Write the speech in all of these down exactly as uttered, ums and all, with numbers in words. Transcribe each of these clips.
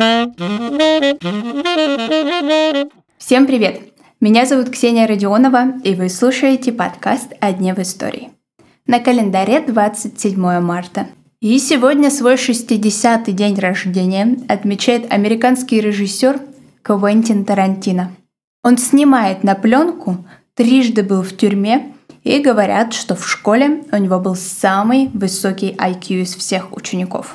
Всем привет! Меня зовут Ксения Родионова, и вы слушаете подкаст «О дне в истории». На календаре двадцать седьмое марта. И сегодня свой шестидесятый день рождения отмечает американский режиссер Квентин Тарантино. Он снимает на пленку, трижды был в тюрьме, и говорят, что в школе у него был самый высокий ай кью из всех учеников.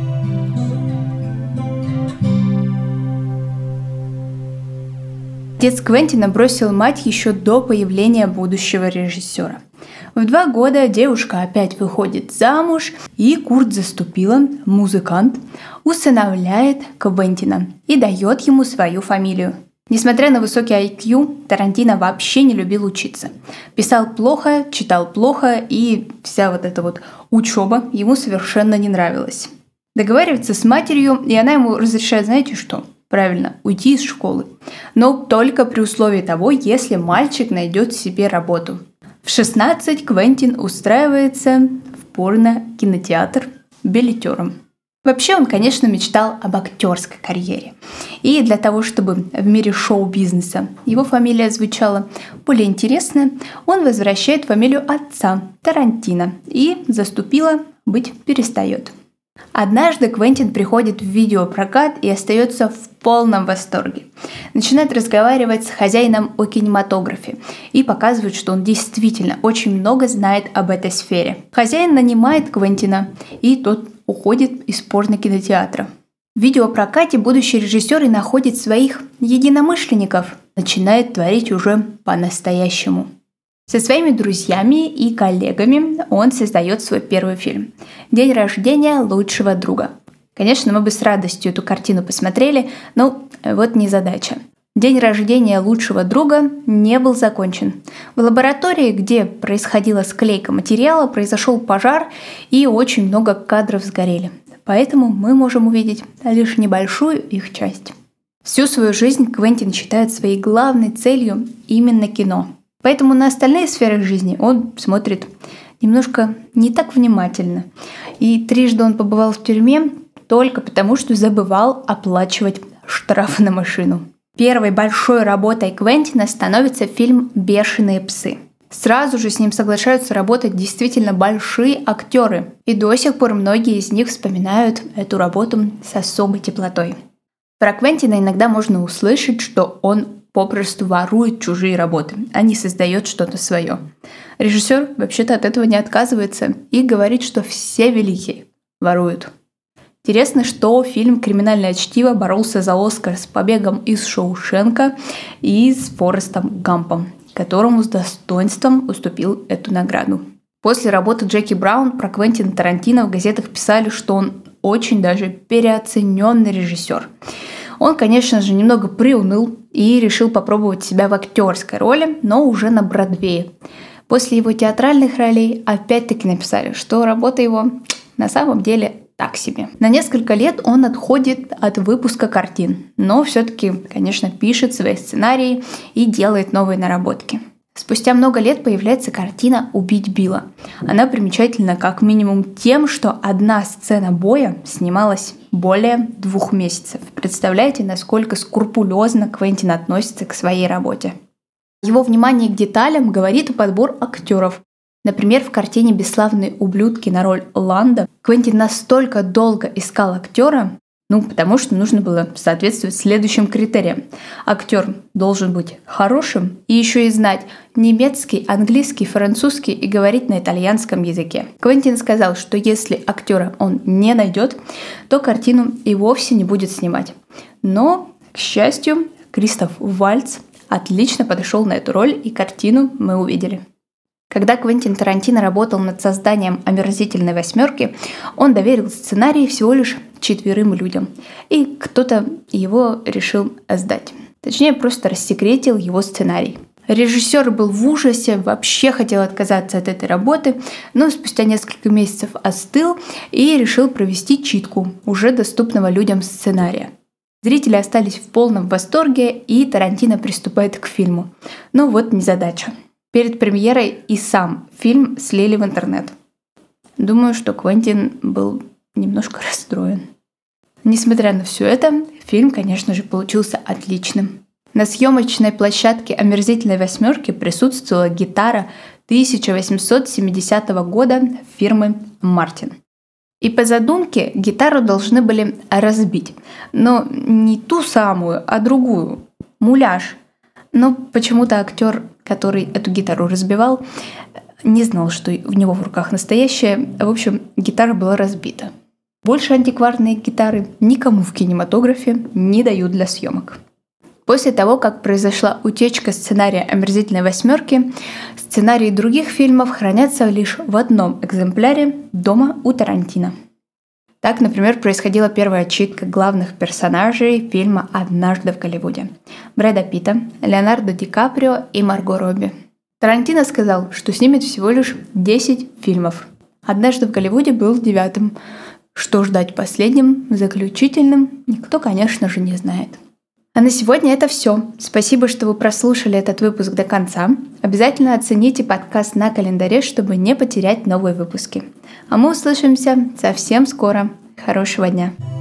Отец Квентина бросил мать еще до появления будущего режиссера. В два года девушка опять выходит замуж, и Курт Заступила, музыкант, усыновляет Квентина и дает ему свою фамилию. Несмотря на высокий ай кью, Тарантино вообще не любил учиться. Писал плохо, читал плохо, и вся вот эта вот учеба ему совершенно не нравилась. Договаривается с матерью, и она ему разрешает, знаете что? Правильно, уйти из школы. Но только при условии того, если мальчик найдет себе работу. В шестнадцать Квентин устраивается в порно-кинотеатр билетером. Вообще он, конечно, мечтал об актерской карьере. И для того, чтобы в мире шоу-бизнеса его фамилия звучала более интересно, он возвращает фамилию отца Тарантино и Заступила быть перестает. Однажды Квентин приходит в видеопрокат и остается в полном восторге. Начинает разговаривать с хозяином о кинематографе и показывает, что он действительно очень много знает об этой сфере. Хозяин нанимает Квентина, и тот уходит из порно-кинотеатра. В видеопрокате будущий режиссер и находит своих единомышленников, начинает творить уже по-настоящему. Со своими друзьями и коллегами он создает свой первый фильм «День рождения лучшего друга». Конечно, мы бы с радостью эту картину посмотрели, но вот незадача. День рождения лучшего друга не был закончен. В лаборатории, где происходила склейка материала, произошел пожар, и очень много кадров сгорели. Поэтому мы можем увидеть лишь небольшую их часть. Всю свою жизнь Квентин считает своей главной целью именно кино. Поэтому на остальные сферы жизни он смотрит немножко не так внимательно. И трижды он побывал в тюрьме только потому, что забывал оплачивать штраф на машину. Первой большой работой Квентина становится фильм «Бешеные псы». Сразу же с ним соглашаются работать действительно большие актеры. И до сих пор многие из них вспоминают эту работу с особой теплотой. Про Квентина иногда можно услышать, что он попросту ворует чужие работы, а не создает что-то свое. Режиссер вообще-то от этого не отказывается и говорит, что все великие воруют. Интересно, что фильм «Криминальное чтиво» боролся за Оскар с «Побегом из Шоушенка» и с Форестом Гампом, которому с достоинством уступил эту награду. После работы Джеки Браун про Квентина Тарантино в газетах писали, что он очень даже переоцененный режиссер. Он, конечно же, немного приуныл и решил попробовать себя в актерской роли, но уже на Бродвее. После его театральных ролей опять-таки написали, что работа его на самом деле так себе. На несколько лет он отходит от выпуска картин, но все-таки, конечно, пишет свои сценарии и делает новые наработки. Спустя много лет появляется картина «Убить Билла». Она примечательна как минимум тем, что одна сцена боя снималась более двух месяцев. Представляете, насколько скрупулезно Квентин относится к своей работе. Его внимание к деталям говорит и подбор актеров. Например, в картине «Бесславные ублюдки» на роль Ланда Квентин настолько долго искал актера, ну, потому что нужно было соответствовать следующим критериям. Актер должен быть хорошим и еще и знать немецкий, английский, французский и говорить на итальянском языке. Квентин сказал, что если актера он не найдет, то картину и вовсе не будет снимать. Но, к счастью, Кристоф Вальц отлично подошел на эту роль, и картину мы увидели. Когда Квентин Тарантино работал над созданием «Омерзительной восьмерки», он доверил сценарий всего лишь четверым людям, и кто-то его решил сдать. Точнее, просто рассекретил его сценарий. Режиссер был в ужасе, вообще хотел отказаться от этой работы, но спустя несколько месяцев остыл и решил провести читку уже доступного людям сценария. Зрители остались в полном восторге, и Тарантино приступает к фильму. Но вот незадача. Перед премьерой и сам фильм слили в интернет. Думаю, что Квентин был немножко расстроен. Несмотря на все это, фильм, конечно же, получился отличным. На съемочной площадке «Омерзительной восьмерки» присутствовала гитара тысяча восемьсот семидесятого года фирмы «Мартин». И по задумке гитару должны были разбить, но не ту самую, а другую, муляж. Но почему-то актер, который эту гитару разбивал, не знал, что у него в руках настоящая. В общем, гитара была разбита. Больше антикварные гитары никому в кинематографе не дают для съемок. После того, как произошла утечка сценария «Омерзительной восьмерки», сценарии других фильмов хранятся лишь в одном экземпляре дома у Тарантино. Так, например, происходила первая читка главных персонажей фильма «Однажды в Голливуде» – Брэда Питта, Леонардо Ди Каприо и Марго Робби. Тарантино сказал, что снимет всего лишь десять фильмов. «Однажды в Голливуде» был девятым. Что ждать последним, заключительным, никто, конечно же, не знает. А на сегодня это все. Спасибо, что вы прослушали этот выпуск до конца. Обязательно оцените подкаст на календаре, чтобы не потерять новые выпуски. А мы услышимся совсем скоро. Хорошего дня!